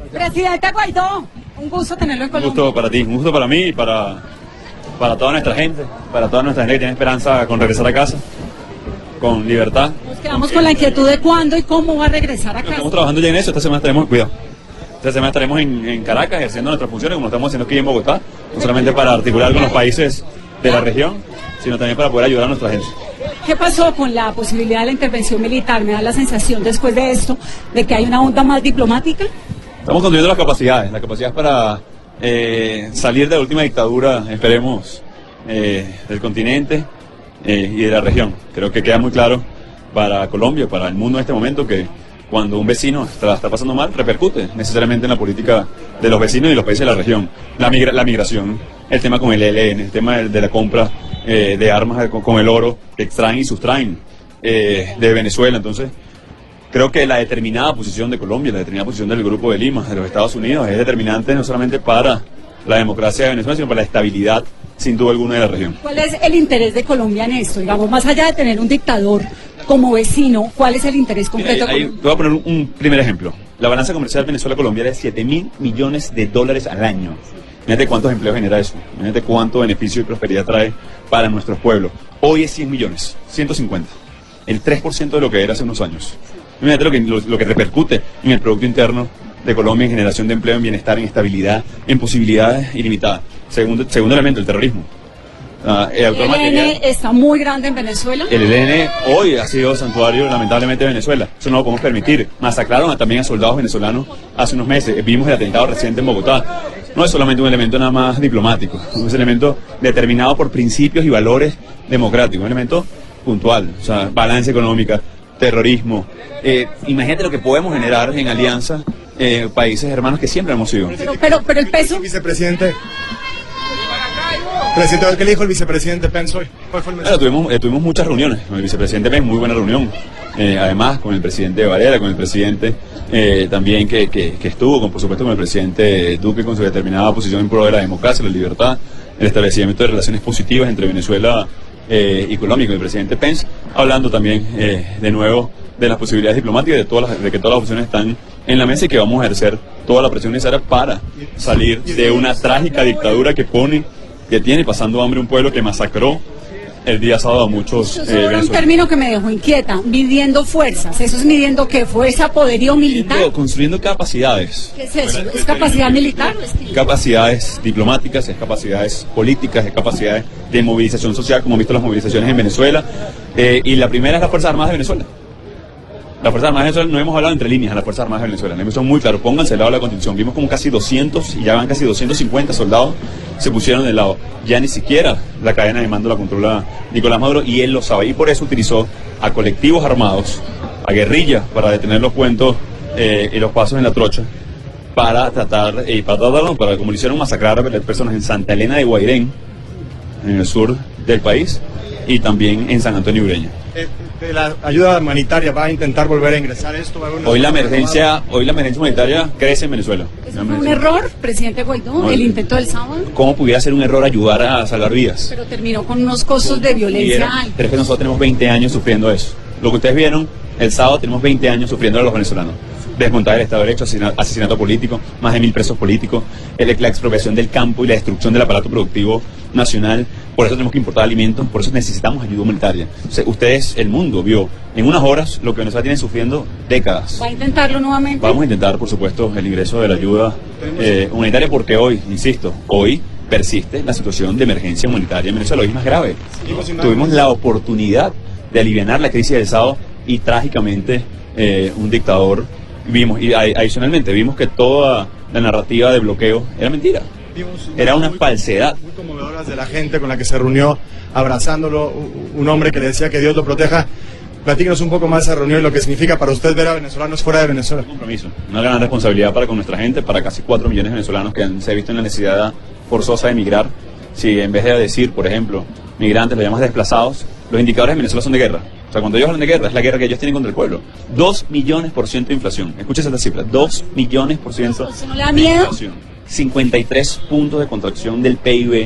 Presidente Guaidó, un gusto tenerlo en Colombia. Un gusto para ti, un gusto para mí y para toda nuestra gente, para toda nuestra gente que tiene esperanza con regresar a casa, con libertad. Nos quedamos con la inquietud de cuándo y cómo va a regresar a casa. Estamos trabajando ya en eso, esta semana estaremos, cuidado, esta semana estaremos en Caracas ejerciendo nuestras funciones como lo estamos haciendo aquí en Bogotá, no solamente para articular con los países de la región, sino también para poder ayudar a nuestra gente. ¿Qué pasó con la posibilidad de la intervención militar? Me da la sensación después de esto de que hay una onda más diplomática. Estamos construyendo las capacidades para salir de la última dictadura, esperemos, del continente y de la región. Creo que queda muy claro para Colombia, para el mundo en este momento, que cuando un vecino está pasando mal, repercute necesariamente en la política de los vecinos y los países de la región. La migración, el tema con el ELN, el tema de la compra de armas con el oro que extraen y sustraen de Venezuela. Entonces, creo que la determinada posición de Colombia, la determinada posición del Grupo de Lima, de los Estados Unidos, es determinante no solamente para la democracia de Venezuela, sino para la estabilidad, sin duda alguna, de la región. ¿Cuál es el interés de Colombia en esto? Digamos, más allá de tener un dictador como vecino, ¿cuál es el interés concreto? Te voy a poner un primer ejemplo. La balanza comercial Venezuela-Colombia es de $7.000 millones al año. Imagínate cuántos empleos genera eso. Imagínate cuánto beneficio y prosperidad trae para nuestros pueblos. Hoy es 100 millones, 150. El 3% de lo que era hace unos años. Imagínate lo que repercute en el Producto Interno de Colombia, en generación de empleo, en bienestar, en estabilidad, en posibilidades ilimitadas. Segundo elemento, el terrorismo. ¿El ELN está muy grande en Venezuela? El ELN hoy ha sido santuario, lamentablemente, de Venezuela. Eso no lo podemos permitir. Masacraron también a soldados venezolanos hace unos meses. Vimos el atentado reciente en Bogotá. No es solamente un elemento nada más diplomático, es un elemento determinado por principios y valores democráticos, un elemento puntual, o sea, balanza económica, terrorismo. Imagínate lo que podemos generar en alianza países hermanos que siempre hemos sido. Pero el peso... Vicepresidente, ¿qué le dijo el vicepresidente Pence hoy? ¿Cuál fue el mensaje? Tuvimos muchas reuniones con el vicepresidente Pence, muy buena reunión. Además, con el presidente Varela, con el presidente también que estuvo, por supuesto, con el presidente Duque, con su determinada posición en pro de la democracia, la libertad, el establecimiento de relaciones positivas entre Venezuela y Colombia, con el presidente Pence, hablando también de nuevo de las posibilidades diplomáticas, de que todas las opciones están en la mesa y que vamos a ejercer toda la presión necesaria para salir de una trágica dictadura que tiene pasando hambre un pueblo que masacró el día sábado a muchos venezolanos. Un término que me dejó inquieta, midiendo fuerzas. ¿Eso es midiendo qué? ¿Fuerza, poderío militar? Construyendo capacidades. ¿Qué es eso? ¿Es capacidad militar? Capacidades diplomáticas, es capacidades políticas, es capacidades de movilización social, como hemos visto las movilizaciones en Venezuela. Y la primera es las Fuerzas Armadas de Venezuela. Las Fuerzas Armadas de Venezuela, no hemos hablado entre líneas, las Fuerzas Armadas de Venezuela. La son muy claro, pónganse al lado de la Constitución. Vimos como casi 200 y ya van casi 250 soldados se pusieron del lado. Ya ni siquiera la cadena de mando la controla Nicolás Maduro y él lo sabe. Y por eso utilizó a colectivos armados, a guerrillas, para detener los cuentos y los pasos en la trocha, para como lo hicieron, masacrar a personas en Santa Elena de Guairén, en el sur del país, y también en San Antonio Ureña. La ayuda humanitaria va a intentar volver a ingresar esto. Hoy la emergencia humanitaria crece en Venezuela. ¿Eso fue un error, presidente Guaidó, el intento del sábado? ¿Cómo pudiera ser un error ayudar a salvar vidas? Pero terminó con unos costos de violencia altos. Pero es que nosotros tenemos 20 años sufriendo eso. Lo que ustedes vieron el sábado, tenemos 20 años sufriendo a los venezolanos. Desmontar el Estado de Derecho, asesinato político, más de 1000 presos políticos, la expropiación del campo y la destrucción del aparato productivo nacional. Por eso tenemos que importar alimentos, por eso necesitamos ayuda humanitaria. Ustedes, el mundo, vio en unas horas lo que Venezuela tiene sufriendo décadas. ¿Va a intentarlo nuevamente? Vamos a intentar, por supuesto, el ingreso de la ayuda humanitaria, porque hoy, insisto, hoy persiste la situación de emergencia humanitaria en Venezuela. Hoy es más grave. Tuvimos la oportunidad de aliviar la crisis del sábado y trágicamente un dictador adicionalmente vimos que toda la narrativa de bloqueo era mentira. Era una falsedad. Muy conmovedoras de la gente con la que se reunió, abrazándolo, un hombre que le decía que Dios lo proteja. Platíquenos un poco más de esa reunión y lo que significa para usted ver a venezolanos fuera de Venezuela. Un compromiso, una gran responsabilidad con nuestra gente, para casi 4 millones de venezolanos que se han visto en la necesidad forzosa de emigrar. Si en vez de decir, por ejemplo, migrantes, lo llamas desplazados, los indicadores de Venezuela son de guerra. O sea, cuando ellos hablan de guerra, es la guerra que ellos tienen contra el pueblo. 2 millones % de inflación. Escuchen esta cifra, 2 millones %. ¿Eso no le da miedo? 53 puntos de contracción del PIB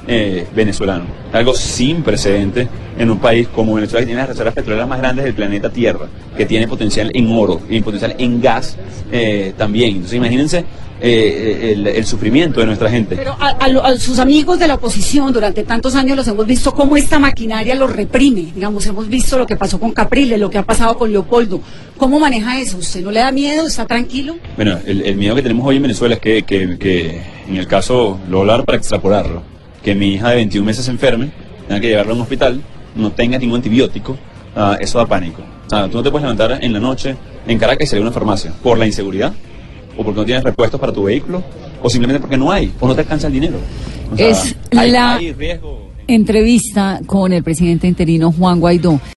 venezolano. Algo sin precedente en un país como Venezuela, que tiene las reservas petroleras más grandes del planeta Tierra, que tiene potencial en oro y potencial en gas también. Entonces imagínense el sufrimiento de nuestra gente. Pero a sus amigos de la oposición durante tantos años los hemos visto cómo esta maquinaria los reprime. Digamos, hemos visto lo que pasó con Capriles, lo que ha pasado con Leopoldo. ¿Cómo maneja eso? ¿Usted no le da miedo? ¿Está tranquilo? Bueno, el miedo que tenemos hoy en Venezuela es que en el caso, lo voy a hablar para extrapolarlo, que mi hija de 21 meses se enferme, tenga que llevarla a un hospital, no tenga ningún antibiótico, eso da pánico. Tú no te puedes levantar en la noche en Caracas y salir a una farmacia por la inseguridad, o porque no tienes repuestos para tu vehículo, o simplemente porque no hay, o no te alcanza el dinero. Es la entrevista con el presidente interino Juan Guaidó.